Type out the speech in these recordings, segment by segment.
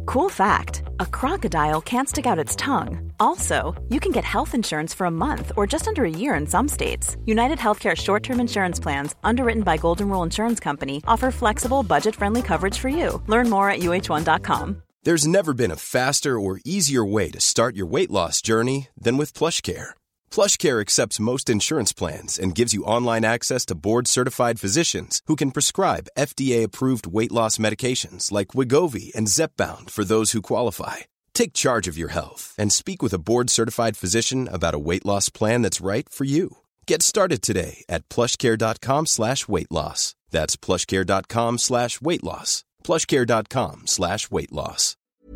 Cool fact, a crocodile can't stick out its tongue. Also, you can get health insurance for a month or just under a year in some states. United Healthcare short-term insurance plans, underwritten by Golden Rule Insurance Company, offer flexible, budget-friendly coverage for you. Learn more at uh1.com. There's never been a faster or easier way to start your weight loss journey than with PlushCare. PlushCare accepts most insurance plans and gives you online access to board-certified physicians who can prescribe FDA-approved weight loss medications like Wegovy and Zepbound for those who qualify. Take charge of your health and speak with a board-certified physician about a weight loss plan that's right for you. Get started today at plushcare.com/weight loss. That's plushcare.com/weight loss. plushcare.com/weight loss.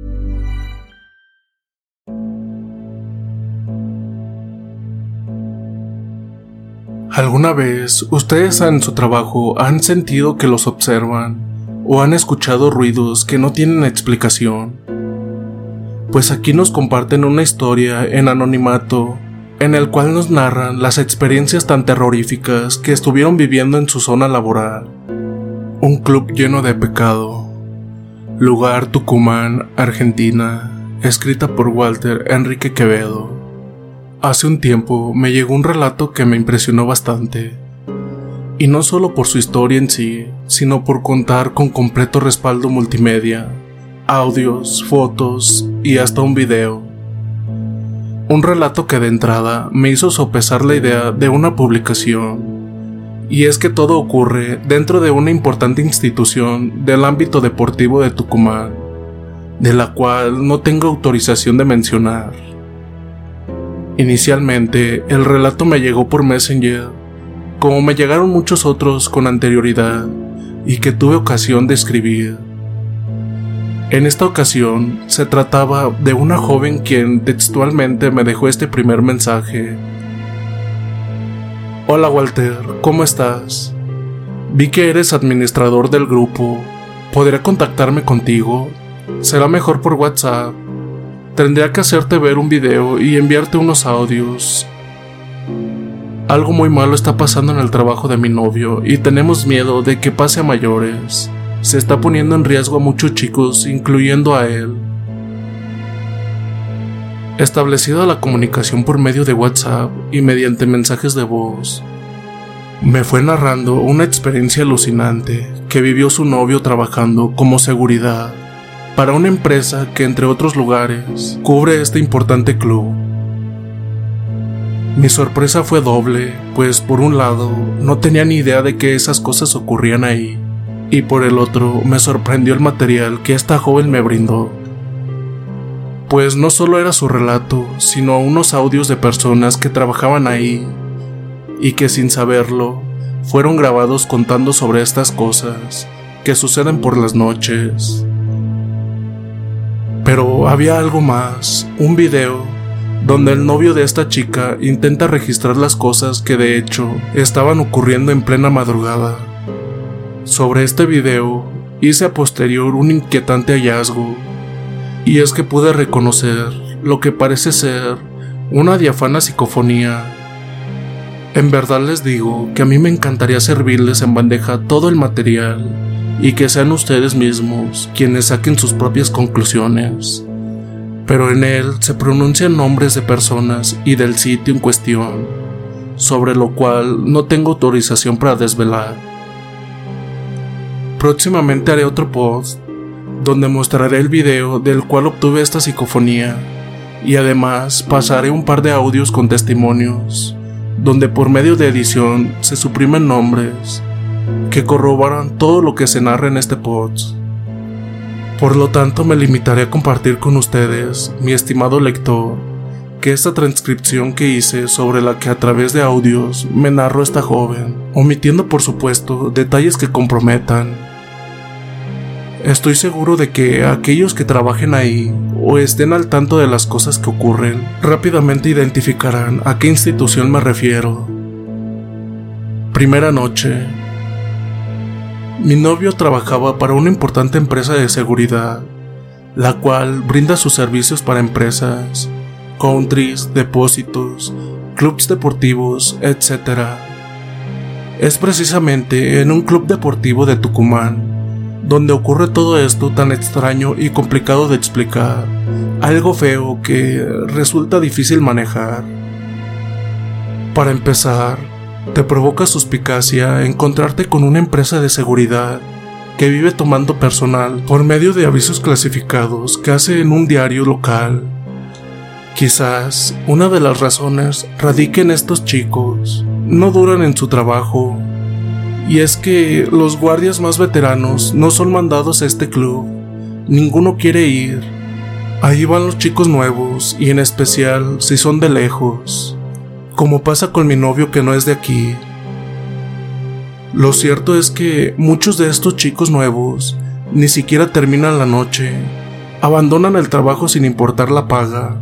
¿Alguna vez ustedes en su trabajo han sentido que los observan o han escuchado ruidos que no tienen explicación? Pues aquí nos comparten una historia en anonimato en el cual nos narran las experiencias tan terroríficas que estuvieron viviendo en su zona laboral. Un club lleno de pecado. Lugar Tucumán, Argentina. Escrita por Walter Enrique Quevedo. Hace un tiempo me llegó un relato que me impresionó bastante. Y no solo por su historia en sí, sino por contar con completo respaldo multimedia, audios, fotos y hasta un video. Un relato que de entrada me hizo sopesar la idea de una publicación. Y es que todo ocurre dentro de una importante institución del ámbito deportivo de Tucumán, de la cual no tengo autorización de mencionar. Inicialmente, el relato me llegó por Messenger, como me llegaron muchos otros con anterioridad y que tuve ocasión de escribir. En esta ocasión, se trataba de una joven quien textualmente me dejó este primer mensaje. Hola Walter, ¿cómo estás? Vi que eres administrador del grupo. ¿Podré contactarme contigo? Será mejor por WhatsApp. Tendría que hacerte ver un video y enviarte unos audios. Algo muy malo está pasando en el trabajo de mi novio y tenemos miedo de que pase a mayores. Se está poniendo en riesgo a muchos chicos, incluyendo a él. Establecida la comunicación por medio de WhatsApp y mediante mensajes de voz, me fue narrando una experiencia alucinante que vivió su novio trabajando como seguridad para una empresa que, entre otros lugares, cubre este importante club. Mi sorpresa fue doble, pues por un lado no tenía ni idea de que esas cosas ocurrían ahí, y por el otro me sorprendió el material que esta joven me brindó. Pues no solo era su relato, sino unos audios de personas que trabajaban ahí, y que sin saberlo, fueron grabados contando sobre estas cosas que suceden por las noches. Pero había algo más, un video donde el novio de esta chica intenta registrar las cosas que de hecho estaban ocurriendo en plena madrugada. Sobre este video hice a posterior un inquietante hallazgo, y es que pude reconocer lo que parece ser una diáfana psicofonía. En verdad les digo que a mí me encantaría servirles en bandeja todo el material y que sean ustedes mismos quienes saquen sus propias conclusiones. Pero en él se pronuncian nombres de personas y del sitio en cuestión, sobre lo cual no tengo autorización para desvelar. Próximamente haré otro post donde mostraré el video del cual obtuve esta psicofonía y además pasaré un par de audios con testimonios, donde por medio de edición se suprimen nombres que corroboran todo lo que se narra en este post. Por lo tanto, me limitaré a compartir con ustedes, mi estimado lector, que esta transcripción que hice sobre la que a través de audios me narró esta joven, omitiendo por supuesto detalles que comprometan. Estoy seguro de que aquellos que trabajen ahí o estén al tanto de las cosas que ocurren rápidamente identificarán a qué institución me refiero. Primera noche. Mi novio trabajaba para una importante empresa de seguridad, la cual brinda sus servicios para empresas, countries, depósitos, clubes deportivos, etc. Es precisamente en un club deportivo de Tucumán donde ocurre todo esto tan extraño y complicado de explicar, algo feo que resulta difícil manejar. Para empezar, te provoca suspicacia encontrarte con una empresa de seguridad que vive tomando personal por medio de avisos clasificados que hace en un diario local. Quizás una de las razones radique en estos chicos. No duran en su trabajo. Y es que los guardias más veteranos no son mandados a este club. Ninguno quiere ir. Ahí van los chicos nuevos, y en especial si son de lejos, como pasa con mi novio que no es de aquí. Lo cierto es que muchos de estos chicos nuevos ni siquiera terminan la noche, abandonan el trabajo sin importar la paga.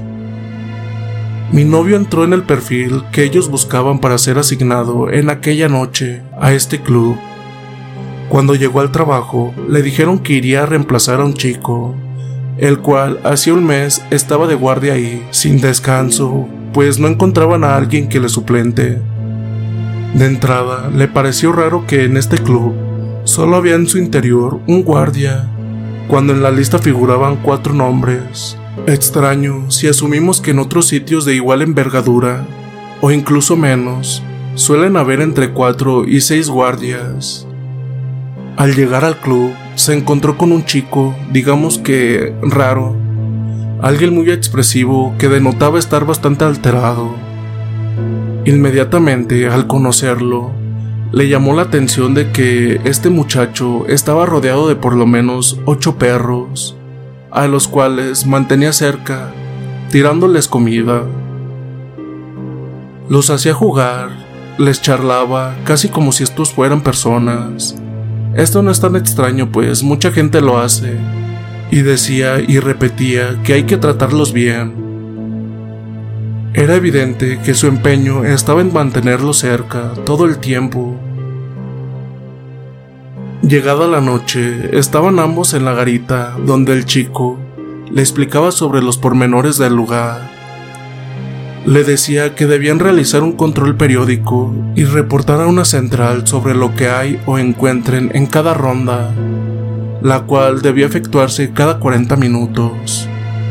Mi novio entró en el perfil que ellos buscaban para ser asignado en aquella noche a este club. Cuando llegó al trabajo, le dijeron que iría a reemplazar a un chico, el cual hacía un mes estaba de guardia ahí, sin descanso, pues no encontraban a alguien que le suplente. De entrada, le pareció raro que en este club solo había en su interior un guardia, cuando en la lista figuraban 4 nombres. Extraño si asumimos que en otros sitios de igual envergadura, o incluso menos, suelen haber entre 4 y 6 guardias. Al llegar al club, se encontró con un chico, digamos que raro, alguien muy expresivo que denotaba estar bastante alterado. Inmediatamente, al conocerlo, le llamó la atención de que este muchacho estaba rodeado de por lo menos 8 perros, a los cuales mantenía cerca, tirándoles comida. Los hacía jugar, les charlaba, casi como si estos fueran personas. Esto no es tan extraño, pues mucha gente lo hace, y decía y repetía que hay que tratarlos bien. Era evidente que su empeño estaba en mantenerlos cerca todo el tiempo. Llegada la noche, estaban ambos en la garita, donde el chico le explicaba sobre los pormenores del lugar. Le decía que debían realizar un control periódico y reportar a una central sobre lo que hay o encuentren en cada ronda, la cual debía efectuarse cada 40 minutos.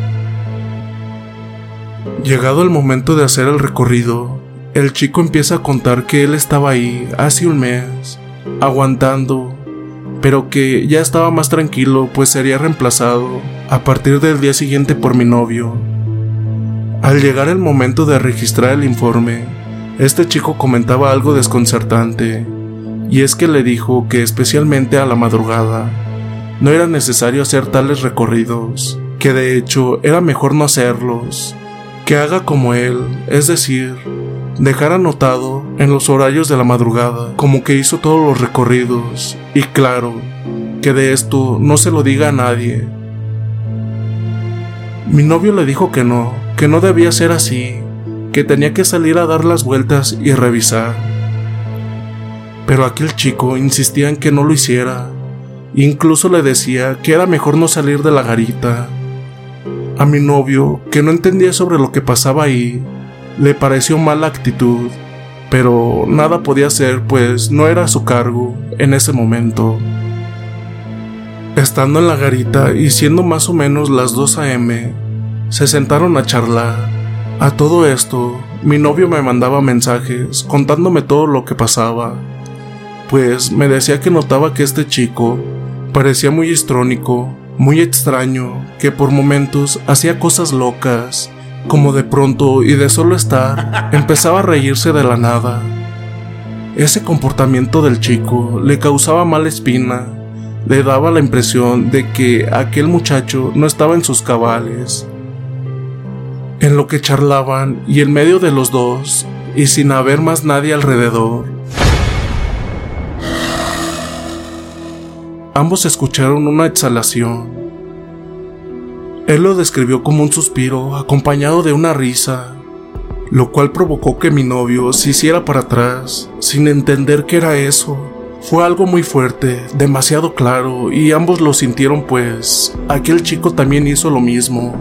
Llegado el momento de hacer el recorrido, el chico empieza a contar que él estaba ahí hace un mes, aguantando, pero que ya estaba más tranquilo pues sería reemplazado a partir del día siguiente por mi novio. Al llegar el momento de registrar el informe, este chico comentaba algo desconcertante, y es que le dijo que especialmente a la madrugada no era necesario hacer tales recorridos, que de hecho era mejor no hacerlos, que haga como él, es decir, dejar anotado en los horarios de la madrugada como que hizo todos los recorridos, y claro, que de esto no se lo diga a nadie. Mi novio le dijo que no debía ser así, que tenía que salir a dar las vueltas y revisar. Pero aquel chico insistía en que no lo hiciera, incluso le decía que era mejor no salir de la garita. A mi novio, que no entendía sobre lo que pasaba ahí, le pareció mala actitud, pero nada podía hacer pues no era a su cargo en ese momento. Estando en la garita y siendo más o menos las 2 a.m., se sentaron a charlar. A todo esto, mi novio me mandaba mensajes contándome todo lo que pasaba, pues me decía que notaba que este chico parecía muy histrónico, muy extraño, que por momentos hacía cosas locas, como de pronto y de solo estar, empezaba a reírse de la nada. Ese comportamiento del chico le causaba mala espina, le daba la impresión de que aquel muchacho no estaba en sus cabales. En lo que charlaban y en medio de los dos, y sin haber más nadie alrededor, ambos escucharon una exhalación. Él lo describió como un suspiro acompañado de una risa, lo cual provocó que mi novio se hiciera para atrás, sin entender qué era eso. Fue algo muy fuerte, demasiado claro, y ambos lo sintieron pues aquel chico también hizo lo mismo.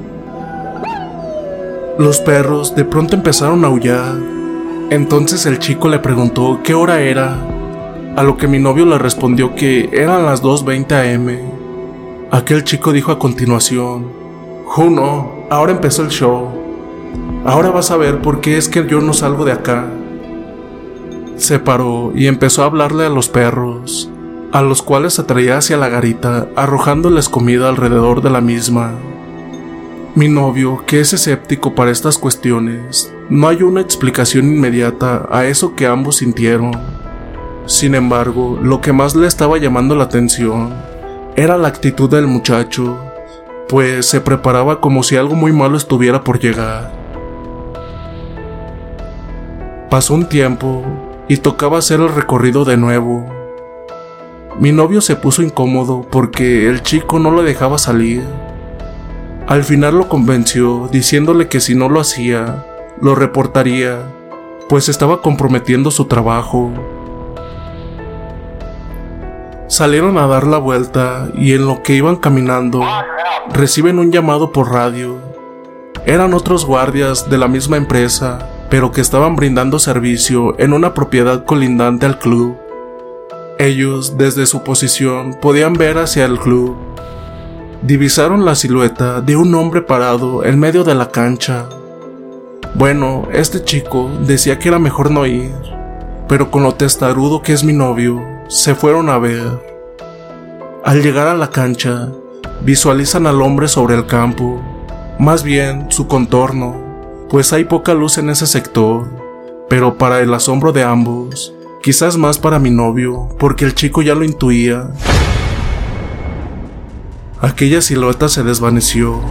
Los perros de pronto empezaron a aullar. Entonces el chico le preguntó qué hora era, a lo que mi novio le respondió que eran las 2:20 AM. Aquel chico dijo a continuación: Juno, ahora empezó el show. Ahora vas a ver por qué es que yo no salgo de acá. Se paró y empezó a hablarle a los perros, a los cuales atraía hacia la garita, arrojándoles comida alrededor de la misma. Mi novio, que es escéptico para estas cuestiones, no halló una explicación inmediata a eso que ambos sintieron. Sin embargo, lo que más le estaba llamando la atención era la actitud del muchacho, pues se preparaba como si algo muy malo estuviera por llegar. Pasó un tiempo y tocaba hacer el recorrido de nuevo. Mi novio se puso incómodo porque el chico no lo dejaba salir. Al final lo convenció diciéndole que si no lo hacía, lo reportaría, pues estaba comprometiendo su trabajo. Salieron a dar la vuelta y en lo que iban caminando, reciben un llamado por radio. Eran otros guardias de la misma empresa, pero que estaban brindando servicio en una propiedad colindante al club. Ellos, desde su posición, podían ver hacia el club. Divisaron la silueta de un hombre parado en medio de la cancha. Bueno, este chico decía que era mejor no ir, pero con lo testarudo que es mi novio, se fueron a ver. Al llegar a la cancha, visualizan al hombre sobre el campo, más bien su contorno, pues hay poca luz en ese sector, pero para el asombro de ambos, quizás más para mi novio, porque el chico ya lo intuía. Aquella silueta se desvaneció.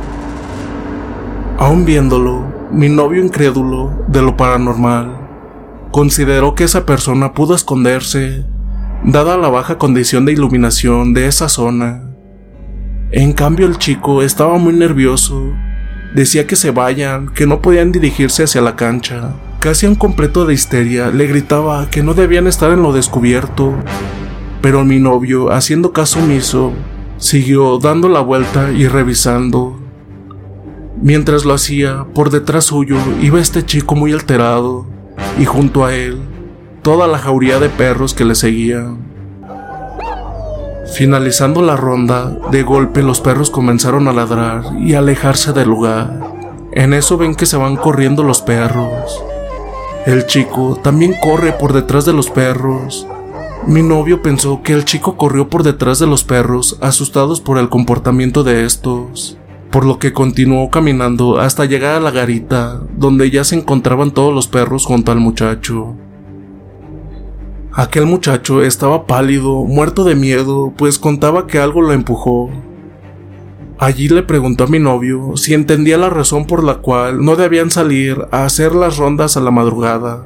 Aún viéndolo, mi novio, incrédulo de lo paranormal, consideró que esa persona pudo esconderse, dada la baja condición de iluminación de esa zona. En cambio, el chico estaba muy nervioso. Decía que se vayan, que no podían dirigirse hacia la cancha. Casi a un completo de histeria, le gritaba que no debían estar en lo descubierto. Pero mi novio, haciendo caso omiso, siguió dando la vuelta y revisando. Mientras lo hacía, por detrás suyo iba este chico muy alterado, y junto a él, toda la jauría de perros que le seguían. Finalizando la ronda, de golpe los perros comenzaron a ladrar y a alejarse del lugar. En eso ven que se van corriendo los perros. El chico también corre por detrás de los perros. Mi novio pensó que el chico corrió por detrás de los perros, asustados por el comportamiento de estos, por lo que continuó caminando hasta llegar a la garita, donde ya se encontraban todos los perros junto al muchacho. Aquel muchacho estaba pálido, muerto de miedo, pues contaba que algo lo empujó. Allí le preguntó a mi novio si entendía la razón por la cual no debían salir a hacer las rondas a la madrugada.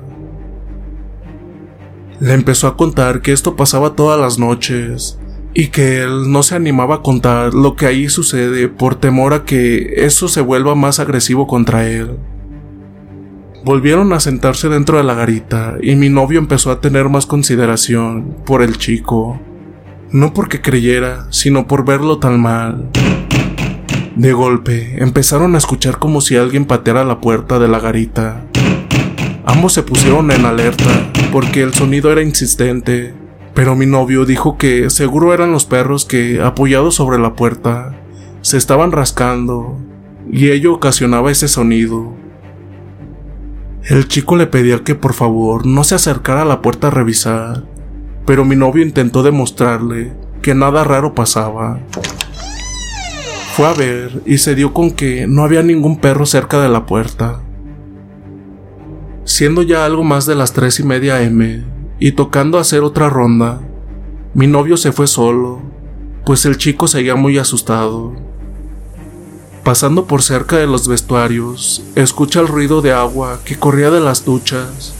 Le empezó a contar que esto pasaba todas las noches y que él no se animaba a contar lo que ahí sucede por temor a que eso se vuelva más agresivo contra él. Volvieron a sentarse dentro de la garita y mi novio empezó a tener más consideración por el chico, no porque creyera, sino por verlo tan mal. De golpe, empezaron a escuchar como si alguien pateara la puerta de la garita. Ambos se pusieron en alerta, porque el sonido era insistente, pero mi novio dijo que seguro eran los perros que, apoyados sobre la puerta, se estaban rascando, y ello ocasionaba ese sonido. El chico le pedía que por favor no se acercara a la puerta a revisar, pero mi novio intentó demostrarle que nada raro pasaba. Fue a ver y se dio con que no había ningún perro cerca de la puerta. Siendo ya algo más de las 3:30 AM y tocando hacer otra ronda, mi novio se fue solo, pues el chico seguía muy asustado. Pasando por cerca de los vestuarios, escucha el ruido de agua que corría de las duchas.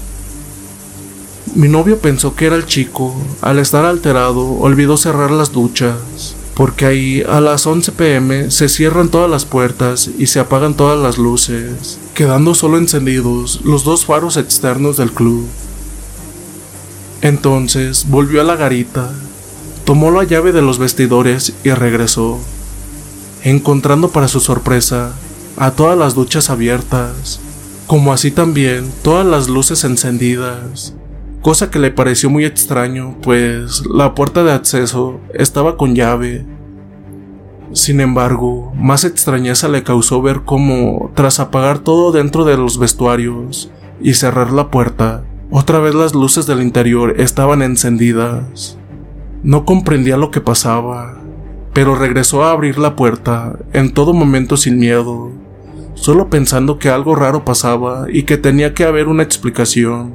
Mi novio pensó que era el chico. Al estar alterado, olvidó cerrar las duchas, porque ahí a las 11 p.m. se cierran todas las puertas y se apagan todas las luces, quedando solo encendidos los 2 faros externos del club. Entonces volvió a la garita, tomó la llave de los vestidores y regresó, encontrando para su sorpresa a todas las duchas abiertas, como así también todas las luces encendidas, cosa que le pareció muy extraño, pues la puerta de acceso estaba con llave. Sin embargo, más extrañeza le causó ver cómo, tras apagar todo dentro de los vestuarios y cerrar la puerta, otra vez las luces del interior estaban encendidas. No comprendía lo que pasaba, pero regresó a abrir la puerta, en todo momento sin miedo, solo pensando que algo raro pasaba y que tenía que haber una explicación.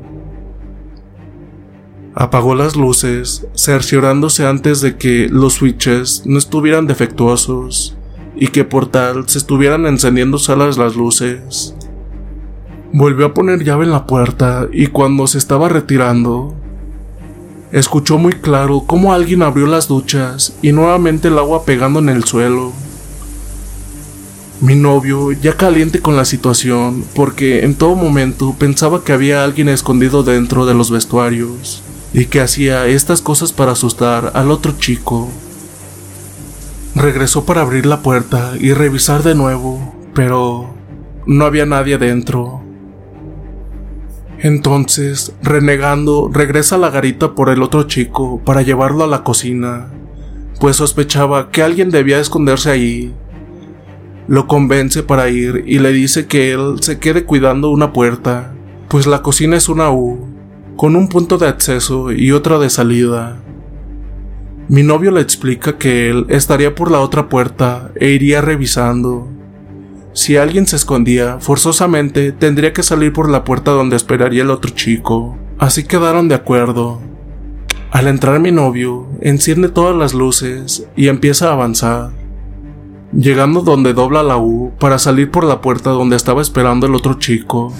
Apagó las luces, cerciorándose antes de que los switches no estuvieran defectuosos y que por tal se estuvieran encendiendo solas las luces. Volvió a poner llave en la puerta y cuando se estaba retirando, escuchó muy claro cómo alguien abrió las duchas y nuevamente el agua pegando en el suelo. Mi novio, ya caliente con la situación, porque en todo momento pensaba que había alguien escondido dentro de los vestuarios y que hacía estas cosas para asustar al otro chico. Regresó para abrir la puerta y revisar de nuevo, pero no había nadie dentro. Entonces, renegando, regresa a la garita por el otro chico para llevarlo a la cocina, pues sospechaba que alguien debía esconderse allí. Lo convence para ir y le dice que él se quede cuidando una puerta, pues la cocina es una U, con un punto de acceso y otra de salida. Mi novio le explica que él estaría por la otra puerta e iría revisando. Si alguien se escondía, forzosamente tendría que salir por la puerta donde esperaría el otro chico, así quedaron de acuerdo. Al entrar mi novio, enciende todas las luces y empieza a avanzar, llegando donde dobla la U para salir por la puerta donde estaba esperando el otro chico.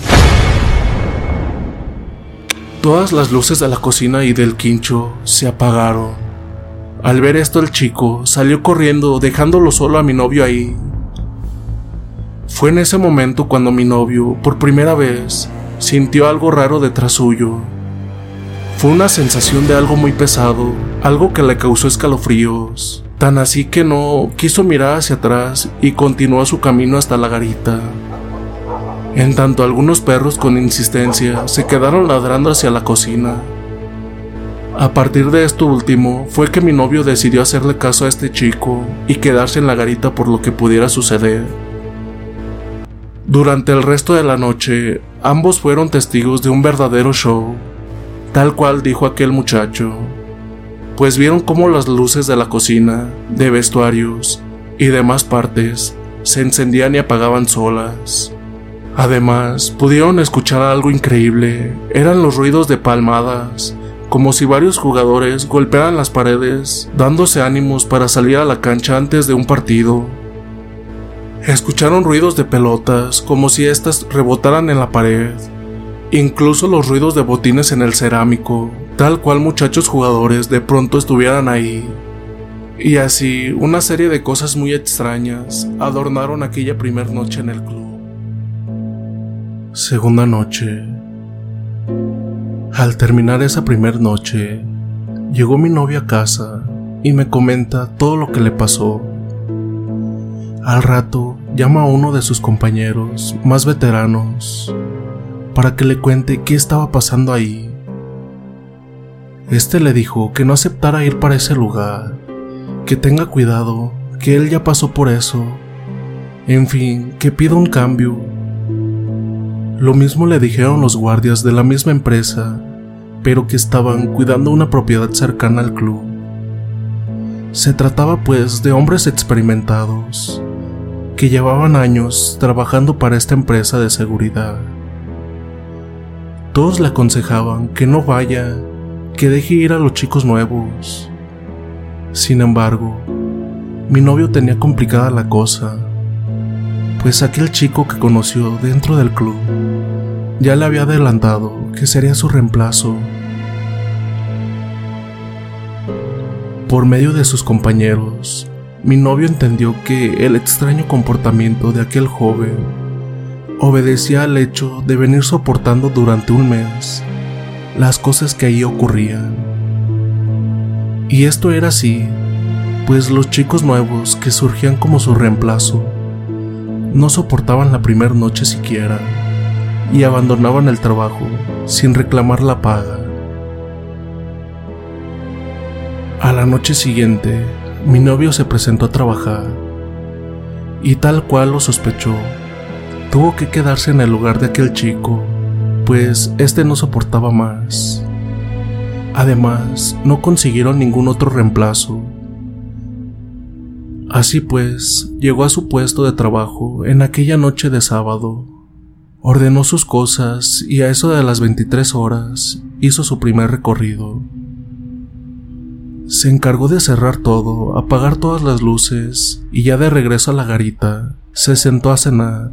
Todas las luces de la cocina y del quincho se apagaron. Al ver esto, el chico salió corriendo, dejándolo solo a mi novio ahí. Fue en ese momento cuando mi novio, por primera vez, sintió algo raro detrás suyo. Fue una sensación de algo muy pesado, algo que le causó escalofríos, tan así que no quiso mirar hacia atrás y continuó su camino hasta la garita. En tanto, algunos perros con insistencia se quedaron ladrando hacia la cocina. A partir de esto último, fue que mi novio decidió hacerle caso a este chico y quedarse en la garita por lo que pudiera suceder. Durante el resto de la noche, ambos fueron testigos de un verdadero show, tal cual dijo aquel muchacho, pues vieron cómo las luces de la cocina, de vestuarios y demás partes se encendían y apagaban solas. Además, pudieron escuchar algo increíble. Eran los ruidos de palmadas, como si varios jugadores golpearan las paredes, dándose ánimos para salir a la cancha antes de un partido. Escucharon ruidos de pelotas, como si éstas rebotaran en la pared, incluso los ruidos de botines en el cerámico, tal cual muchachos jugadores de pronto estuvieran ahí. Y así, una serie de cosas muy extrañas adornaron aquella primer noche en el club. Segunda noche. Al terminar esa primer noche, llegó mi novia a casa y me comenta todo lo que le pasó. Al rato, llama a uno de sus compañeros más veteranos para que le cuente qué estaba pasando ahí. Este le dijo que no aceptara ir para ese lugar, que tenga cuidado, que él ya pasó por eso, en fin, que pida un cambio. Lo mismo le dijeron los guardias de la misma empresa, pero que estaban cuidando una propiedad cercana al club. Se trataba pues de hombres experimentados, que llevaban años trabajando para esta empresa de seguridad. Todos le aconsejaban que no vaya, que deje ir a los chicos nuevos. Sin embargo, mi novio tenía complicada la cosa, pues aquel chico que conoció dentro del club ya le había adelantado que sería su reemplazo. Por medio de sus compañeros, mi novio entendió que el extraño comportamiento de aquel joven obedecía al hecho de venir soportando durante un mes las cosas que allí ocurrían. Y esto era así, pues los chicos nuevos que surgían como su reemplazo no soportaban la primera noche siquiera y abandonaban el trabajo sin reclamar la paga. A la noche siguiente, mi novio se presentó a trabajar y tal cual lo sospechó, tuvo que quedarse en el lugar de aquel chico, pues este no soportaba más. Además, no consiguieron ningún otro reemplazo. Así pues, llegó a su puesto de trabajo en aquella noche de sábado. Ordenó sus cosas y a eso de las 23 horas hizo su primer recorrido. Se encargó de cerrar todo, apagar todas las luces y ya de regreso a la garita, se sentó a cenar.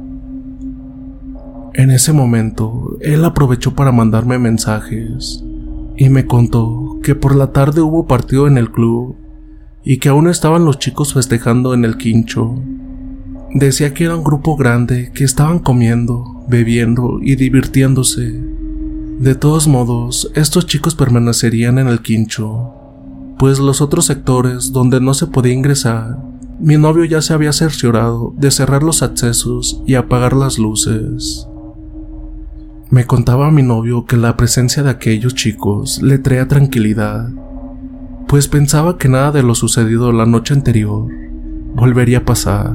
En ese momento, él aprovechó para mandarme mensajes y me contó que por la tarde hubo partido en el club y que aún estaban los chicos festejando en el quincho. Decía que era un grupo grande que estaban comiendo, bebiendo y divirtiéndose. De todos modos, estos chicos permanecerían en el quincho, pues los otros sectores donde no se podía ingresar, mi novio ya se había cerciorado de cerrar los accesos y apagar las luces. Me contaba a mi novio que la presencia de aquellos chicos le traía tranquilidad, pues pensaba que nada de lo sucedido la noche anterior volvería a pasar.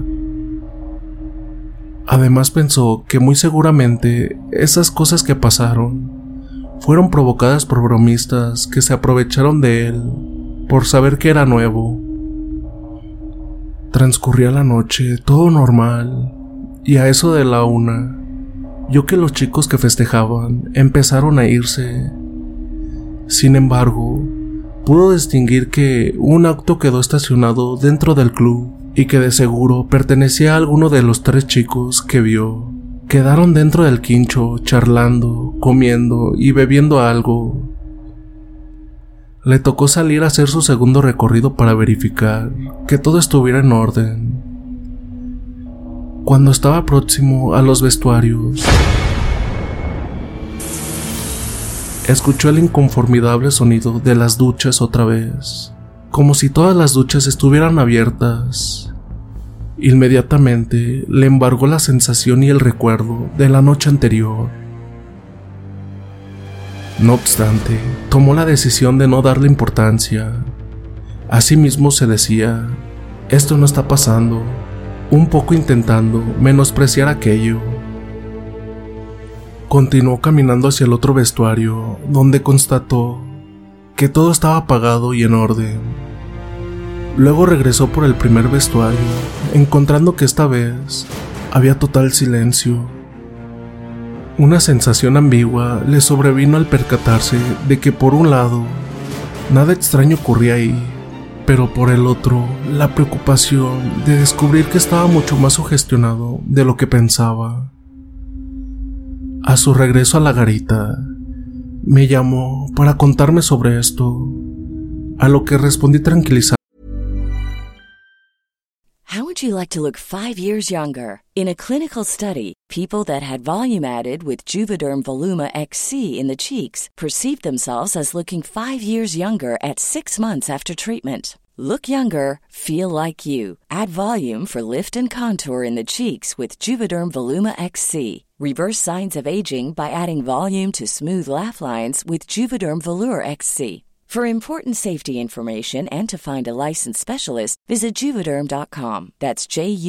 Además pensó que muy seguramente esas cosas que pasaron fueron provocadas por bromistas que se aprovecharon de él por saber que era nuevo. Transcurría la noche, todo normal, y a eso de la 1, vio que los chicos que festejaban empezaron a irse. Sin embargo, pudo distinguir que un auto quedó estacionado dentro del club y que de seguro pertenecía a alguno de los 3 chicos que vio. Quedaron dentro del quincho charlando, comiendo y bebiendo algo. Le tocó salir a hacer su segundo recorrido para verificar que todo estuviera en orden. Cuando estaba próximo a los vestuarios, escuchó el inconformidable sonido de las duchas otra vez, como si todas las duchas estuvieran abiertas. Inmediatamente le embargó la sensación y el recuerdo de la noche anterior. No obstante, tomó la decisión de no darle importancia. Asimismo se decía, esto no está pasando, un poco intentando menospreciar aquello. Continuó caminando hacia el otro vestuario, donde constató que todo estaba apagado y en orden. Luego regresó por el primer vestuario, encontrando que esta vez había total silencio. Una sensación ambigua le sobrevino al percatarse de que por un lado, nada extraño ocurría ahí, pero por el otro, la preocupación de descubrir que estaba mucho más sugestionado de lo que pensaba. A su regreso a la garita, me llamó para contarme sobre esto, a lo que respondí tranquilizado. How would you like to look 5 years younger? In a clinical study, people that had volume added with Juvederm Voluma XC in the cheeks perceived themselves as looking 5 years younger at 6 months after treatment. Look younger, feel like you. Add volume for lift and contour in the cheeks with Juvederm Voluma XC. Reverse signs of aging by adding volume to smooth laugh lines with Juvederm Volure XC. For important safety information and to find a licensed specialist, visit Juvederm.com. That's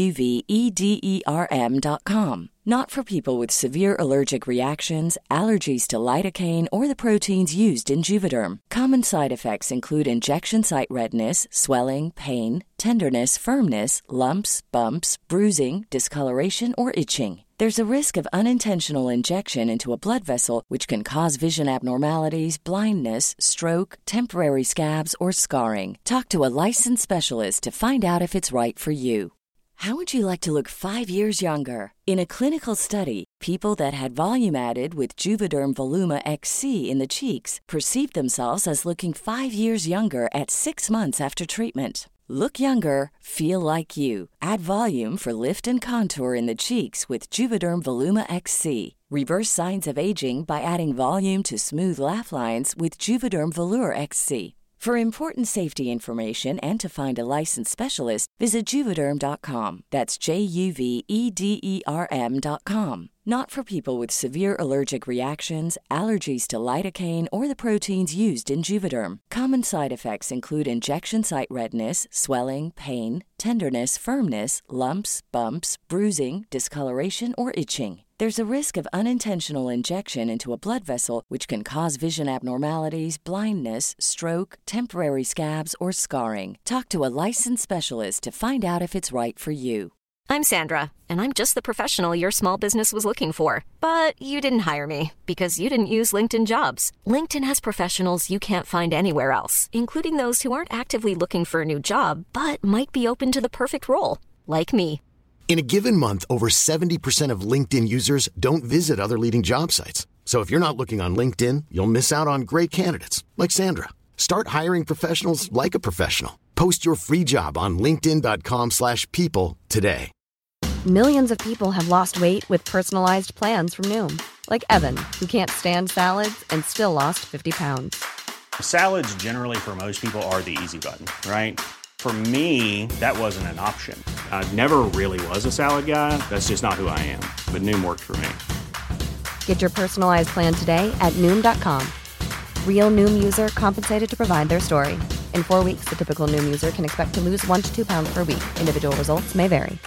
JUVEDERM.com. Not for people with severe allergic reactions, allergies to lidocaine, or the proteins used in Juvederm. Common side effects include injection site redness, swelling, pain, tenderness, firmness, lumps, bumps, bruising, discoloration, or itching. There's a risk of unintentional injection into a blood vessel, which can cause vision abnormalities, blindness, stroke, temporary scabs, or scarring. Talk to a licensed specialist to find out if it's right for you. How would you like to look 5 years younger? In a clinical study, people that had volume added with Juvederm Voluma XC in the cheeks perceived themselves as looking 5 years younger at 6 months after treatment. Look younger, feel like you. Add volume for lift and contour in the cheeks with Juvederm Voluma XC. Reverse signs of aging by adding volume to smooth laugh lines with Juvederm Volure XC. For important safety information and to find a licensed specialist, visit Juvederm.com. That's JUVEDERM.com. Not for people with severe allergic reactions, allergies to lidocaine, or the proteins used in Juvederm. Common side effects include injection site redness, swelling, pain, tenderness, firmness, lumps, bumps, bruising, discoloration, or itching. There's a risk of unintentional injection into a blood vessel, which can cause vision abnormalities, blindness, stroke, temporary scabs, or scarring. Talk to a licensed specialist to find out if it's right for you. I'm Sandra, and I'm just the professional your small business was looking for. But you didn't hire me because you didn't use LinkedIn Jobs. LinkedIn has professionals you can't find anywhere else, including those who aren't actively looking for a new job, but might be open to the perfect role, like me. In a given month, over 70% of LinkedIn users don't visit other leading job sites. So if you're not looking on LinkedIn, you'll miss out on great candidates, like Sandra. Start hiring professionals like a professional. Post your free job on linkedin.com/people today. Millions of people have lost weight with personalized plans from Noom. Like Evan, who can't stand salads and still lost 50 pounds. Salads generally for most people are the easy button, right? For me, that wasn't an option. I never really was a salad guy. That's just not who I am. But Noom worked for me. Get your personalized plan today at Noom.com. Real Noom user compensated to provide their story. In 4 weeks, the typical Noom user can expect to lose 1 to 2 pounds per week. Individual results may vary.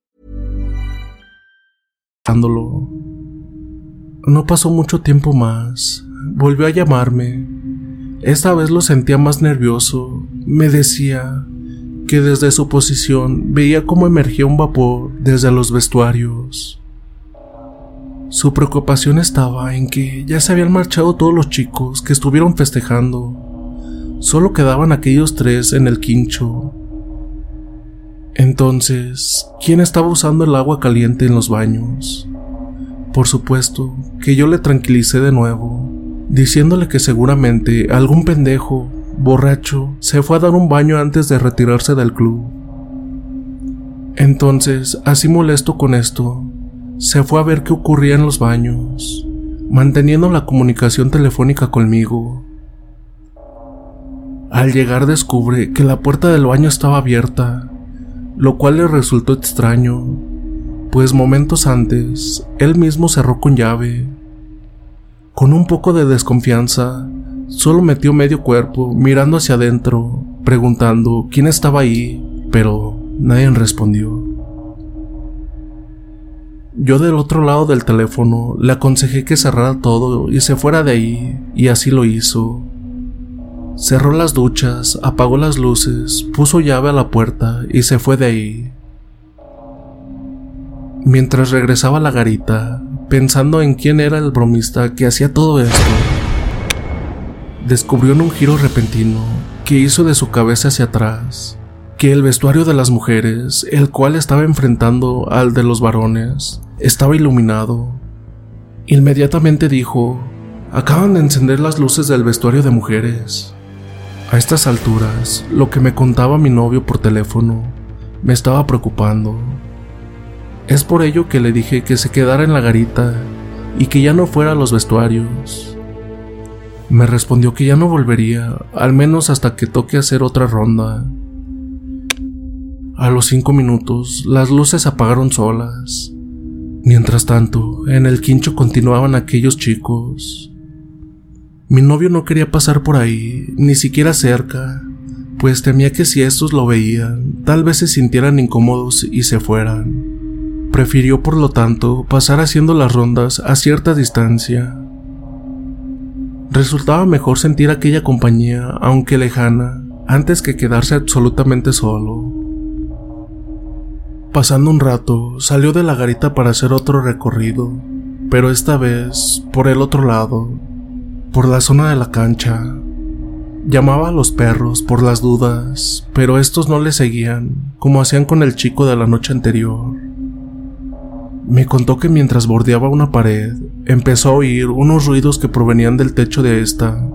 No pasó mucho tiempo más. Volvió a llamarme. Esta vez lo sentía más nervioso. Me decía que desde su posición veía cómo emergía un vapor desde los vestuarios. Su preocupación estaba en que ya se habían marchado todos los chicos que estuvieron festejando. Solo quedaban aquellos 3 en el quincho. Entonces, ¿quién estaba usando el agua caliente en los baños? Por supuesto que yo le tranquilicé de nuevo, diciéndole que seguramente algún pendejo, borracho, se fue a dar un baño antes de retirarse del club. Entonces, así molesto con esto, se fue a ver qué ocurría en los baños, manteniendo la comunicación telefónica conmigo. Al llegar descubre que la puerta del baño estaba abierta, lo cual le resultó extraño, pues momentos antes él mismo cerró con llave. Con un poco de desconfianza, solo metió medio cuerpo mirando hacia adentro, preguntando quién estaba ahí, pero nadie respondió. Yo del otro lado del teléfono le aconsejé que cerrara todo y se fuera de ahí, y así lo hizo. Cerró las duchas, apagó las luces, puso llave a la puerta y se fue de ahí. Mientras regresaba a la garita, pensando en quién era el bromista que hacía todo esto, descubrió en un giro repentino que hizo de su cabeza hacia atrás que el vestuario de las mujeres, el cual estaba enfrentando al de los varones, estaba iluminado. Inmediatamente dijo: "Acaban de encender las luces del vestuario de mujeres". A estas alturas, lo que me contaba mi novio por teléfono me estaba preocupando. Es por ello que le dije que se quedara en la garita y que ya no fuera a los vestuarios. Me respondió que ya no volvería, al menos hasta que toque hacer otra ronda. A los 5 minutos, las luces se apagaron solas. Mientras tanto, en el quincho continuaban aquellos chicos. Mi novio no quería pasar por ahí, ni siquiera cerca, pues temía que si estos lo veían, tal vez se sintieran incómodos y se fueran. Prefirió, por lo tanto, pasar haciendo las rondas a cierta distancia. Resultaba mejor sentir aquella compañía, aunque lejana, antes que quedarse absolutamente solo. Pasando un rato, salió de la garita para hacer otro recorrido, pero esta vez por el otro lado, por la zona de la cancha. Llamaba a los perros por las dudas, pero estos no le seguían, como hacían con el chico de la noche anterior. Me contó que mientras bordeaba una pared, empezó a oír unos ruidos que provenían del techo de esta.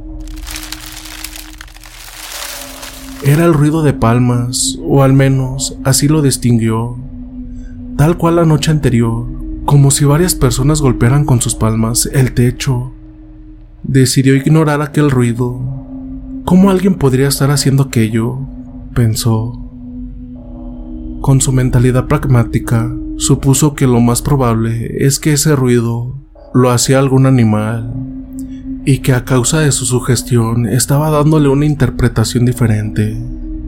Era el ruido de palmas, o al menos así lo distinguió, tal cual la noche anterior, como si varias personas golpearan con sus palmas el techo. Decidió ignorar aquel ruido. ¿Cómo alguien podría estar haciendo aquello?, pensó. Con su mentalidad pragmática, Supuso que lo más probable es que ese ruido lo hacía algún animal y que a causa de su sugestión estaba dándole una interpretación diferente.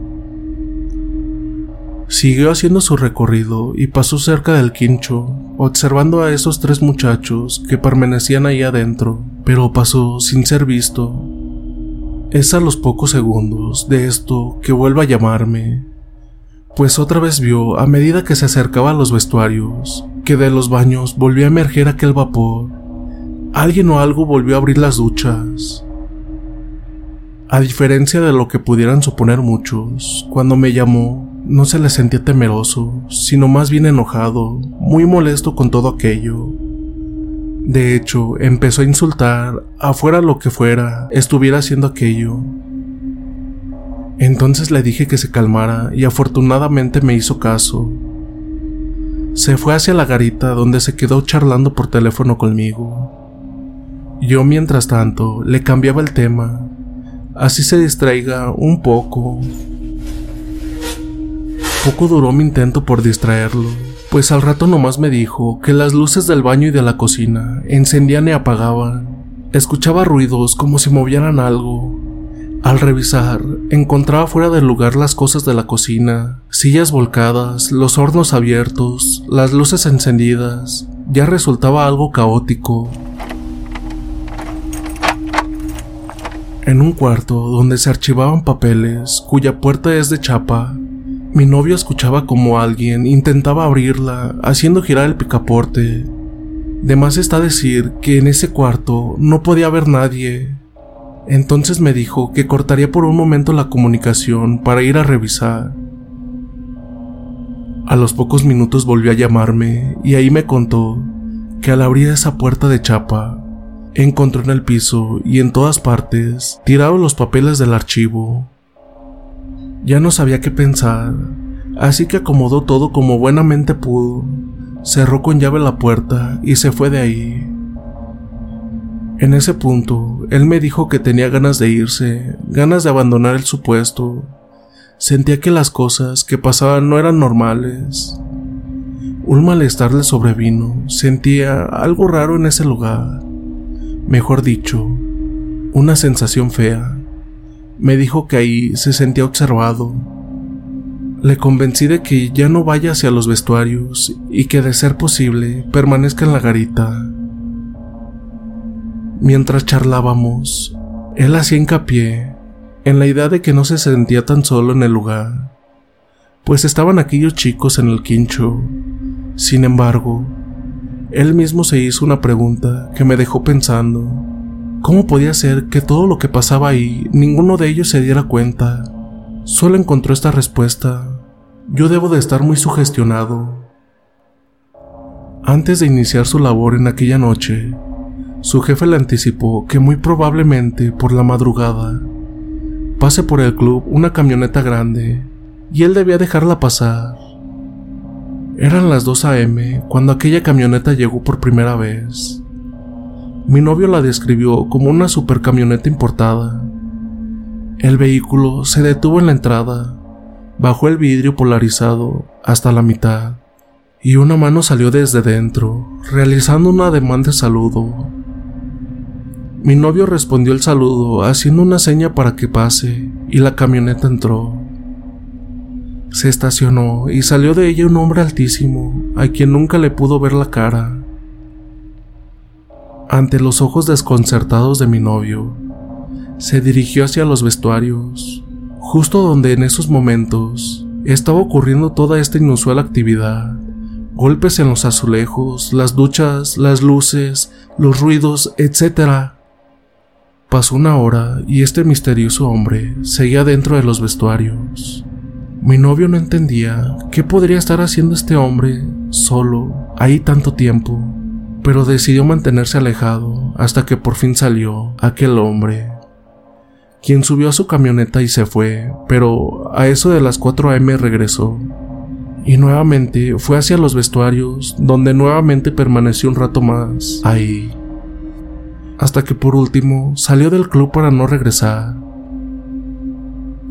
Siguió haciendo su recorrido y pasó cerca del quincho, observando a esos 3 muchachos que permanecían ahí adentro, pero pasó sin ser visto. Es a los pocos segundos de esto que vuelve a llamarme, pues otra vez vio, a medida que se acercaba a los vestuarios, que de los baños volvió a emerger aquel vapor. Alguien o algo volvió a abrir las duchas. A diferencia de lo que pudieran suponer muchos, cuando me llamó, no se le sentía temeroso, sino más bien enojado, muy molesto con todo aquello. De hecho, empezó a insultar, afuera lo que fuera, estuviera haciendo aquello. Entonces le dije que se calmara y afortunadamente me hizo caso. Se fue hacia la garita donde se quedó charlando por teléfono conmigo. Yo, mientras tanto, le cambiaba el tema, así se distraiga un poco. Poco duró mi intento por distraerlo, pues al rato nomás me dijo que las luces del baño y de la cocina encendían y apagaban. Escuchaba ruidos como si movieran algo. Al revisar, encontraba fuera del lugar las cosas de la cocina, sillas volcadas, los hornos abiertos, las luces encendidas. Ya resultaba algo caótico. En un cuarto donde se archivaban papeles, cuya puerta es de chapa, mi novio escuchaba como alguien intentaba abrirla, haciendo girar el picaporte. De más está decir que en ese cuarto no podía haber nadie. Entonces me dijo que cortaría por un momento la comunicación para ir a revisar. A los pocos minutos volvió a llamarme y ahí me contó que al abrir esa puerta de chapa, encontró en el piso y en todas partes tirados los papeles del archivo. Ya no sabía qué pensar, así que acomodó todo como buenamente pudo, cerró con llave la puerta y se fue de ahí. En ese punto, él me dijo que tenía ganas de irse, ganas de abandonar el supuesto. Sentía que las cosas que pasaban no eran normales. Un malestar le sobrevino, sentía algo raro en ese lugar. Mejor dicho, una sensación fea. Me dijo que ahí se sentía observado. Le convencí de que ya no vaya hacia los vestuarios y que, de ser posible, permanezca en la garita. Mientras charlábamos, él hacía hincapié en la idea de que no se sentía tan solo en el lugar, pues estaban aquellos chicos en el quincho. Sin embargo, él mismo se hizo una pregunta que me dejó pensando. ¿Cómo podía ser que todo lo que pasaba ahí, ninguno de ellos se diera cuenta? Solo encontró esta respuesta: yo debo de estar muy sugestionado. Antes de iniciar su labor en aquella noche, su jefe le anticipó que muy probablemente por la madrugada pase por el club una camioneta grande y él debía dejarla pasar. Eran las 2 a.m. cuando aquella camioneta llegó por primera vez. Mi novio la describió como una supercamioneta importada. El vehículo se detuvo en la entrada, bajó el vidrio polarizado hasta la mitad y una mano salió desde dentro, realizando un ademán de saludo. Mi novio respondió el saludo haciendo una seña para que pase y la camioneta entró. Se estacionó y salió de ella un hombre altísimo, a quien nunca le pudo ver la cara. Ante los ojos desconcertados de mi novio, se dirigió hacia los vestuarios, justo donde en esos momentos estaba ocurriendo toda esta inusual actividad. Golpes en los azulejos, las duchas, las luces, los ruidos, etc. Pasó una hora y este misterioso hombre seguía dentro de los vestuarios. Mi novio no entendía qué podría estar haciendo este hombre solo ahí tanto tiempo, pero decidió mantenerse alejado hasta que por fin salió aquel hombre, quien subió a su camioneta y se fue, pero a eso de las 4 a.m. regresó, y nuevamente fue hacia los vestuarios, donde nuevamente permaneció un rato más ahí, hasta que por último salió del club para no regresar.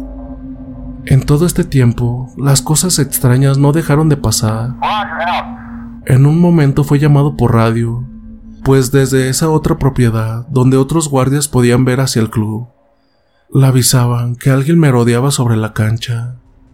En todo este tiempo, las cosas extrañas no dejaron de pasar. En un momento fue llamado por radio, pues desde esa otra propiedad, donde otros guardias podían ver hacia el club, le avisaban que alguien merodeaba sobre la cancha.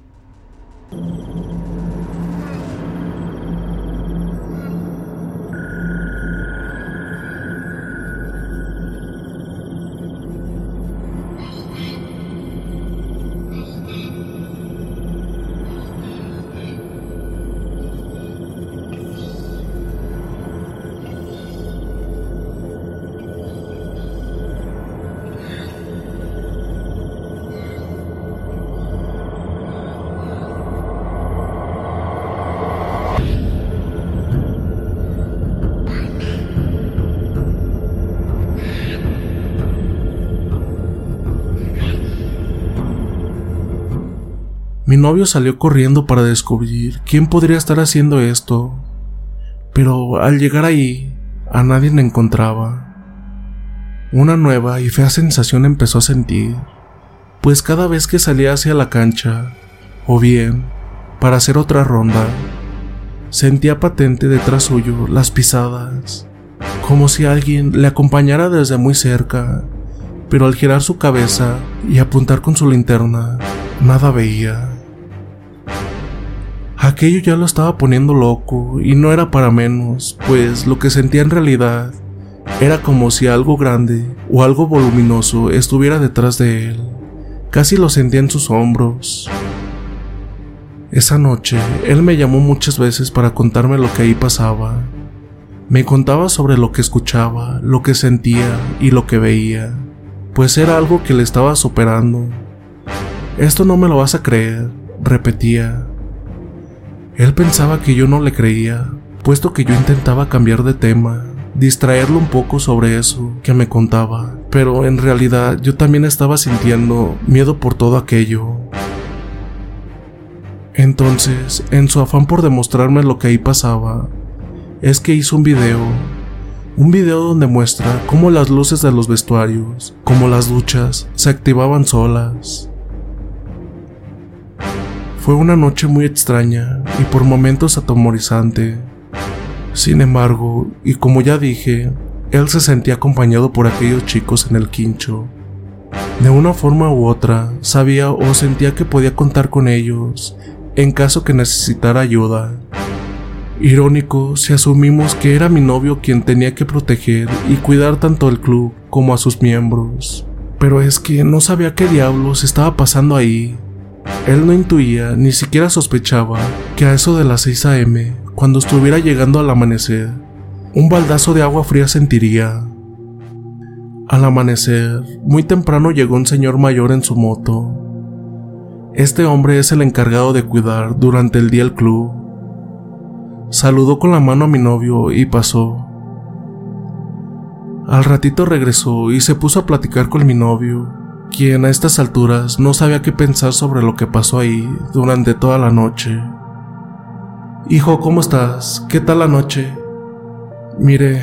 Mi novio salió corriendo para descubrir quién podría estar haciendo esto, pero al llegar ahí, a nadie le encontraba. Una nueva y fea sensación empezó a sentir, pues cada vez que salía hacia la cancha, o bien, para hacer otra ronda, sentía patente detrás suyo las pisadas, como si alguien le acompañara desde muy cerca, pero al girar su cabeza y apuntar con su linterna, nada veía. Aquello ya lo estaba poniendo loco y no era para menos, pues lo que sentía en realidad era como si algo grande o algo voluminoso estuviera detrás de él. Casi lo sentía en sus hombros. Esa noche, él me llamó muchas veces para contarme lo que ahí pasaba. Me contaba sobre lo que escuchaba, lo que sentía y lo que veía, pues era algo que le estaba superando. «Esto no me lo vas a creer», repetía. Él pensaba que yo no le creía, puesto que yo intentaba cambiar de tema, distraerlo un poco sobre eso que me contaba, pero en realidad yo también estaba sintiendo miedo por todo aquello. Entonces, en su afán por demostrarme lo que ahí pasaba, es que hizo un video donde muestra cómo las luces de los vestuarios, como las duchas, se activaban solas. Fue una noche muy extraña y por momentos atemorizante. Sin embargo, y como ya dije, él se sentía acompañado por aquellos chicos en el quincho. De una forma u otra, sabía o sentía que podía contar con ellos en caso que necesitara ayuda. Irónico si asumimos que era mi novio quien tenía que proteger y cuidar tanto al club como a sus miembros. Pero es que no sabía qué diablos estaba pasando ahí. Él no intuía, ni siquiera sospechaba, que a eso de las 6 a.m., cuando estuviera llegando al amanecer, un baldazo de agua fría sentiría. Al amanecer, muy temprano llegó un señor mayor en su moto. Este hombre es el encargado de cuidar durante el día el club. Saludó con la mano a mi novio y pasó. Al ratito regresó y se puso a platicar con mi novio, quien a estas alturas no sabía qué pensar sobre lo que pasó ahí durante toda la noche. «Hijo, ¿cómo estás? ¿Qué tal la noche?» «Mire,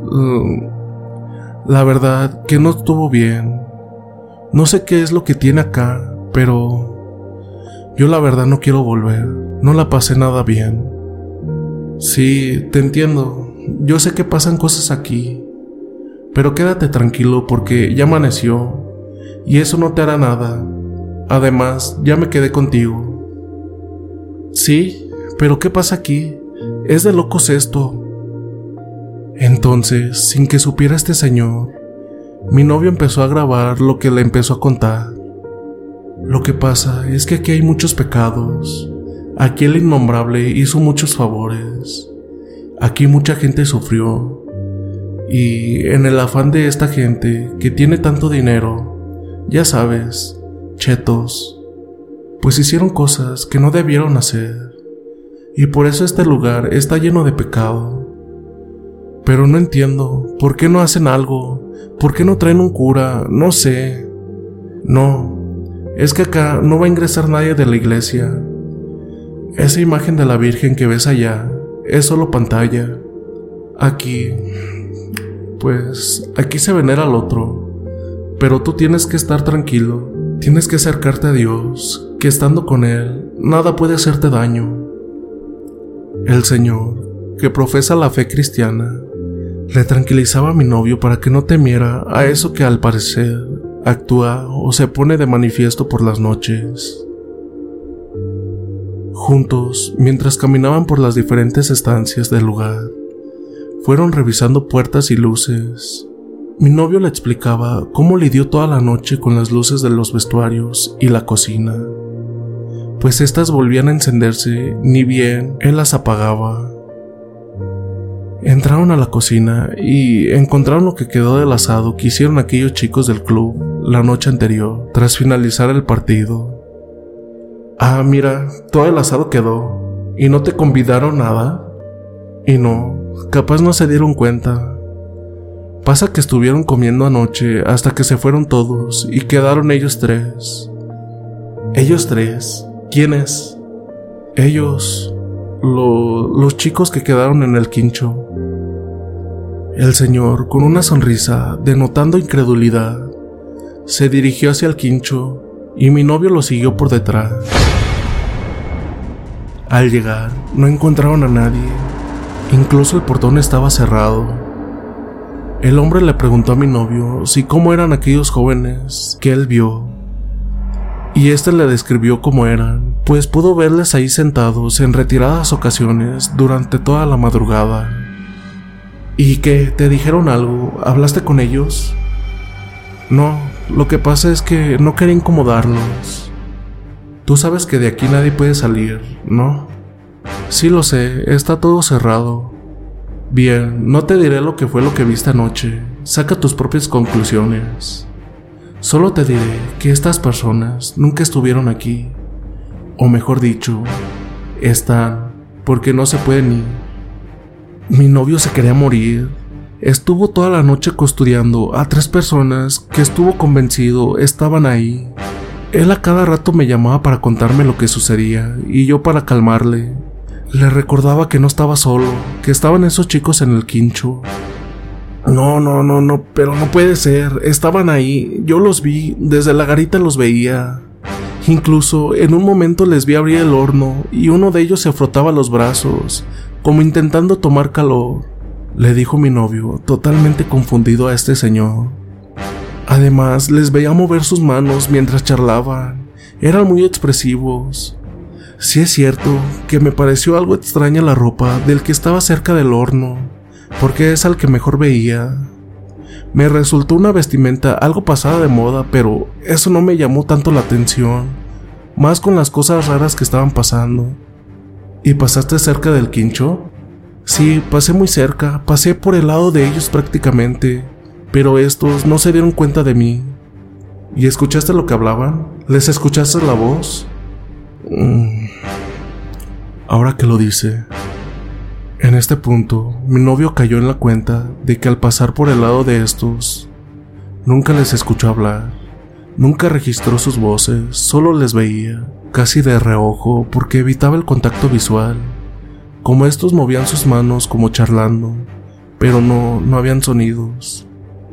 la verdad que no estuvo bien. No sé qué es lo que tiene acá, pero yo la verdad no quiero volver. No la pasé nada bien». «Sí, te entiendo. Yo sé que pasan cosas aquí, pero quédate tranquilo porque ya amaneció y eso no te hará nada. Además, ya me quedé contigo». «Sí, pero ¿qué pasa aquí? Es de locos esto». Entonces, sin que supiera este señor, mi novio empezó a grabar lo que le empezó a contar. «Lo que pasa es que aquí hay muchos pecados. Aquí el innombrable hizo muchos favores. Aquí mucha gente sufrió. Y en el afán de esta gente que tiene tanto dinero, ya sabes, chetos, pues hicieron cosas que no debieron hacer. Y por eso este lugar está lleno de pecado. Pero no entiendo, ¿por qué no hacen algo? ¿Por qué no traen un cura? No sé. No, es que acá no va a ingresar nadie de la iglesia. Esa imagen de la Virgen que ves allá es solo pantalla. Aquí, pues, aquí se venera al otro. Pero tú tienes que estar tranquilo, tienes que acercarte a Dios, que estando con Él, nada puede hacerte daño». El señor que profesa la fe cristiana, le tranquilizaba a mi novio para que no temiera a eso que al parecer actúa o se pone de manifiesto por las noches. Juntos, mientras caminaban por las diferentes estancias del lugar, fueron revisando puertas y luces. Mi novio le explicaba cómo lidió toda la noche con las luces de los vestuarios y la cocina, pues éstas volvían a encenderse, ni bien él las apagaba. Entraron a la cocina y encontraron lo que quedó del asado que hicieron aquellos chicos del club la noche anterior, tras finalizar el partido. Ah, mira, todo el asado quedó. ¿Y no te convidaron nada? Y no, capaz no se dieron cuenta. Pasa que estuvieron comiendo anoche hasta que se fueron todos y quedaron ellos tres. ¿Ellos tres? ¿Quiénes? Ellos, los chicos que quedaron en el quincho. El señor, con una sonrisa, denotando incredulidad, se dirigió hacia el quincho y mi novio lo siguió por detrás. Al llegar, no encontraron a nadie, incluso el portón estaba cerrado. El hombre le preguntó a mi novio si cómo eran aquellos jóvenes que él vio, y éste le describió cómo eran, pues pudo verles ahí sentados en retiradas ocasiones durante toda la madrugada. ¿Y qué? ¿Te dijeron algo? ¿Hablaste con ellos? No, lo que pasa es que no quería incomodarlos. Tú sabes que de aquí nadie puede salir, ¿no? Sí lo sé, está todo cerrado. Bien, no te diré lo que fue lo que viste anoche, saca tus propias conclusiones. Solo te diré que estas personas nunca estuvieron aquí, o mejor dicho, están, porque no se pueden ir. Mi novio se quería morir. Estuvo toda la noche custodiando a 3 personas que estuvo convencido estaban ahí. Él a cada rato me llamaba para contarme lo que sucedía y yo para calmarle. Le recordaba que no estaba solo, que estaban esos chicos en el quincho. No, pero no puede ser, estaban ahí, yo los vi, desde la garita los veía. Incluso en un momento les vi abrir el horno y uno de ellos se frotaba los brazos, como intentando tomar calor, le dijo mi novio, totalmente confundido a este señor. Además, les veía mover sus manos mientras charlaban, eran muy expresivos. Sí es cierto que me pareció algo extraña la ropa del que estaba cerca del horno, porque es al que mejor veía. Me resultó una vestimenta algo pasada de moda, pero eso no me llamó tanto la atención, más con las cosas raras que estaban pasando. ¿Y pasaste cerca del quincho? Sí, pasé muy cerca, pasé por el lado de ellos prácticamente, pero estos no se dieron cuenta de mí. ¿Y escuchaste lo que hablaban? ¿Les escuchaste la voz? Ahora que lo dice. En este punto, mi novio cayó en la cuenta de que al pasar por el lado de estos, nunca les escuchó hablar, nunca registró sus voces, solo les veía, casi de reojo porque evitaba el contacto visual, como estos movían sus manos como charlando, pero no habían sonidos.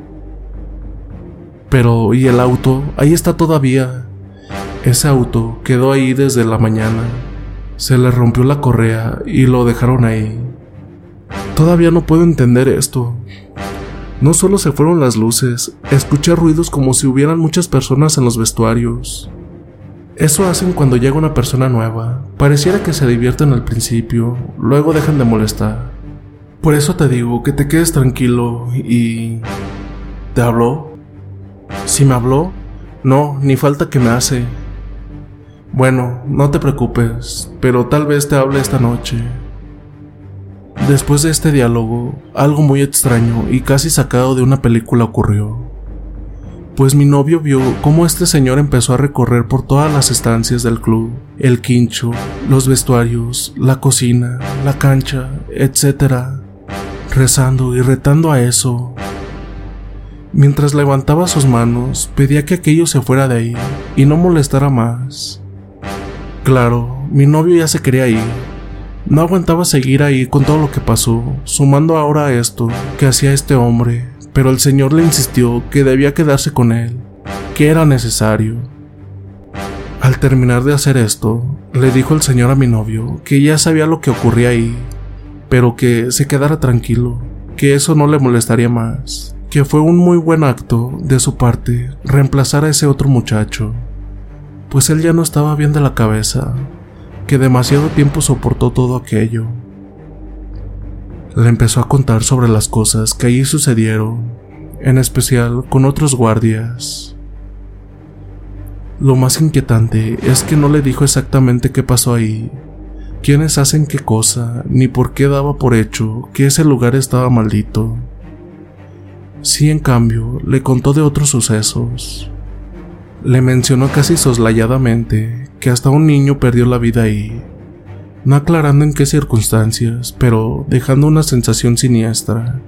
Pero, ¿y el auto? Ahí está todavía. Ese auto quedó ahí desde la mañana. Se le rompió la correa y lo dejaron ahí. Todavía no puedo entender esto. No solo se fueron las luces, escuché ruidos como si hubieran muchas personas en los vestuarios. Eso hacen cuando llega una persona nueva. Pareciera que se divierten al principio, luego dejan de molestar. Por eso te digo que te quedes tranquilo y... ¿Te habló? ¿Sí me habló? No, ni falta que me hace. Bueno, no te preocupes, pero tal vez te hable esta noche. Después de este diálogo, algo muy extraño y casi sacado de una película ocurrió. Pues mi novio vio cómo este señor empezó a recorrer por todas las estancias del club, el quincho, los vestuarios, la cocina, la cancha, etc., rezando y retando a eso. Mientras levantaba sus manos, pedía que aquello se fuera de ahí y no molestara más. Claro, mi novio ya se quería ir. No aguantaba seguir ahí con todo lo que pasó, sumando ahora a esto que hacía este hombre, pero el señor le insistió que debía quedarse con él, que era necesario. Al terminar de hacer esto, le dijo el señor a mi novio que ya sabía lo que ocurría ahí, pero que se quedara tranquilo, que eso no le molestaría más, que fue un muy buen acto de su parte reemplazar a ese otro muchacho, pues él ya no estaba bien de la cabeza, que demasiado tiempo soportó todo aquello. Le empezó a contar sobre las cosas que allí sucedieron, en especial con otros guardias. Lo más inquietante es que no le dijo exactamente qué pasó ahí, quiénes hacen qué cosa, ni por qué daba por hecho que ese lugar estaba maldito. Sí, en cambio, le contó de otros sucesos. Le mencionó casi soslayadamente que hasta un niño perdió la vida ahí, no aclarando en qué circunstancias, pero dejando una sensación siniestra.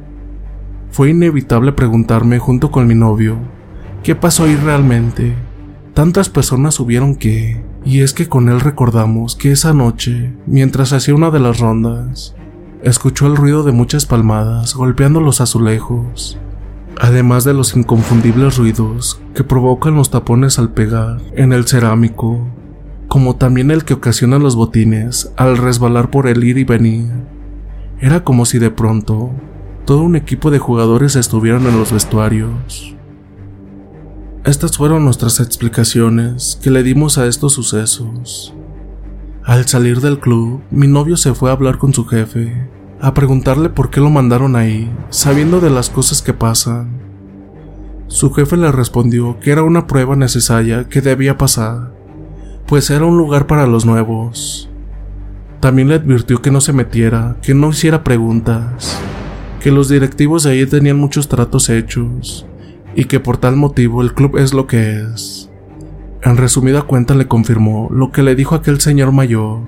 Fue inevitable preguntarme junto con mi novio, ¿qué pasó ahí realmente? Tantas personas subieron que... Y es que con él recordamos que esa noche, mientras hacía una de las rondas, escuchó el ruido de muchas palmadas golpeando los azulejos, además de los inconfundibles ruidos que provocan los tapones al pegar en el cerámico, como también el que ocasionan los botines al resbalar por el ir y venir. Era como si de pronto todo un equipo de jugadores estuvieran en los vestuarios. Estas fueron nuestras explicaciones que le dimos a estos sucesos. Al salir del club, mi novio se fue a hablar con su jefe, a preguntarle por qué lo mandaron ahí, sabiendo de las cosas que pasan. Su jefe le respondió que era una prueba necesaria que debía pasar, pues era un lugar para los nuevos. También le advirtió que no se metiera, que no hiciera preguntas, que los directivos de ahí tenían muchos tratos hechos, y que por tal motivo el club es lo que es. En resumida cuenta le confirmó lo que le dijo aquel señor mayor.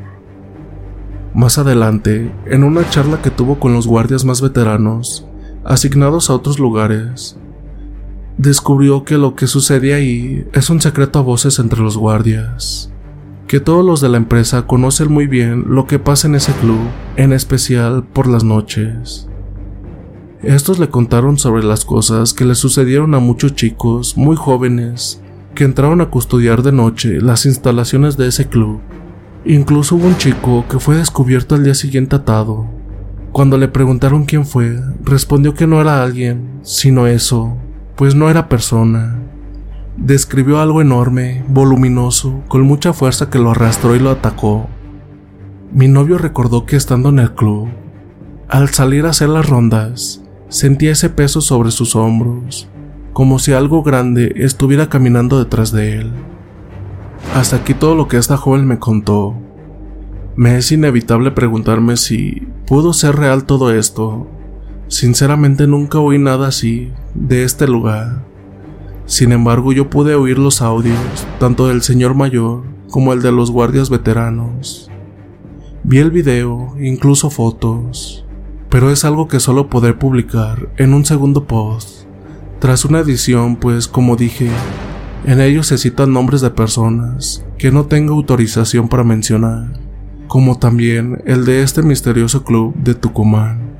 Más adelante, en una charla que tuvo con los guardias más veteranos, asignados a otros lugares, descubrió que lo que sucede ahí es un secreto a voces entre los guardias, que todos los de la empresa conocen muy bien lo que pasa en ese club, en especial por las noches. Estos le contaron sobre las cosas que le sucedieron a muchos chicos muy jóvenes que entraron a custodiar de noche las instalaciones de ese club. Incluso hubo un chico que fue descubierto al día siguiente atado. Cuando le preguntaron quién fue, respondió que no era alguien, sino eso, pues no era persona. Describió algo enorme, voluminoso, con mucha fuerza que lo arrastró y lo atacó. Mi novio recordó que estando en el club, al salir a hacer las rondas, sentía ese peso sobre sus hombros, como si algo grande estuviera caminando detrás de él. Hasta aquí todo lo que esta joven me contó. Me es inevitable preguntarme si pudo ser real todo esto. Sinceramente nunca oí nada así de este lugar. Sin embargo, yo pude oír los audios, tanto del señor mayor como el de los guardias veteranos. Vi el video, incluso fotos, pero es algo que solo podré publicar en un segundo post, tras una edición, pues como dije, en ellos se citan nombres de personas que no tengo autorización para mencionar, como también el de este misterioso club de Tucumán.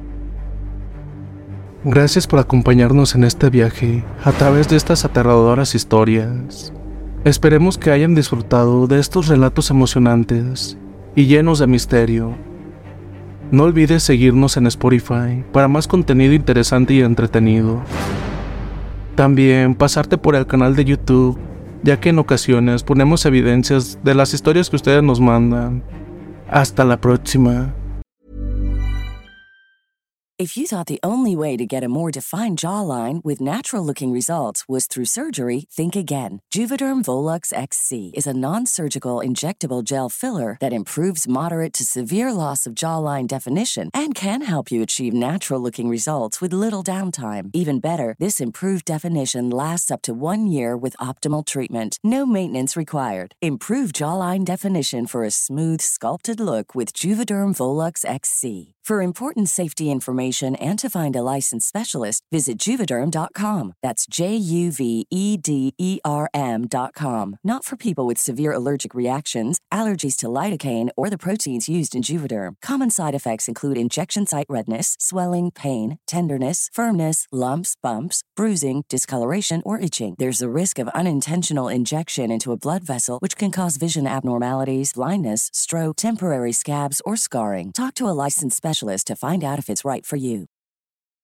Gracias por acompañarnos en este viaje a través de estas aterradoras historias. Esperemos que hayan disfrutado de estos relatos emocionantes y llenos de misterio. No olvides seguirnos en Spotify para más contenido interesante y entretenido. También pasarte por el canal de YouTube, ya que en ocasiones ponemos evidencias de las historias que ustedes nos mandan. Hasta la próxima. If you thought the only way to get a more defined jawline with natural-looking results was through surgery, think again. Juvederm Volux XC is a non-surgical injectable gel filler that improves moderate to severe loss of jawline definition and can help you achieve natural-looking results with little downtime. Even better, this improved definition lasts up to 1 year with optimal treatment. No maintenance required. Improve jawline definition for a smooth, sculpted look with Juvederm Volux XC. For important safety information and to find a licensed specialist, visit Juvederm.com. That's JUVEDERM.com. Not for people with severe allergic reactions, allergies to lidocaine, or the proteins used in Juvederm. Common side effects include injection site redness, swelling, pain, tenderness, firmness, lumps, bumps, bruising, discoloration, or itching. There's a risk of unintentional injection into a blood vessel, which can cause vision abnormalities, blindness, stroke, temporary scabs, or scarring. Talk to a licensed specialist specialist to find out if it's right for you.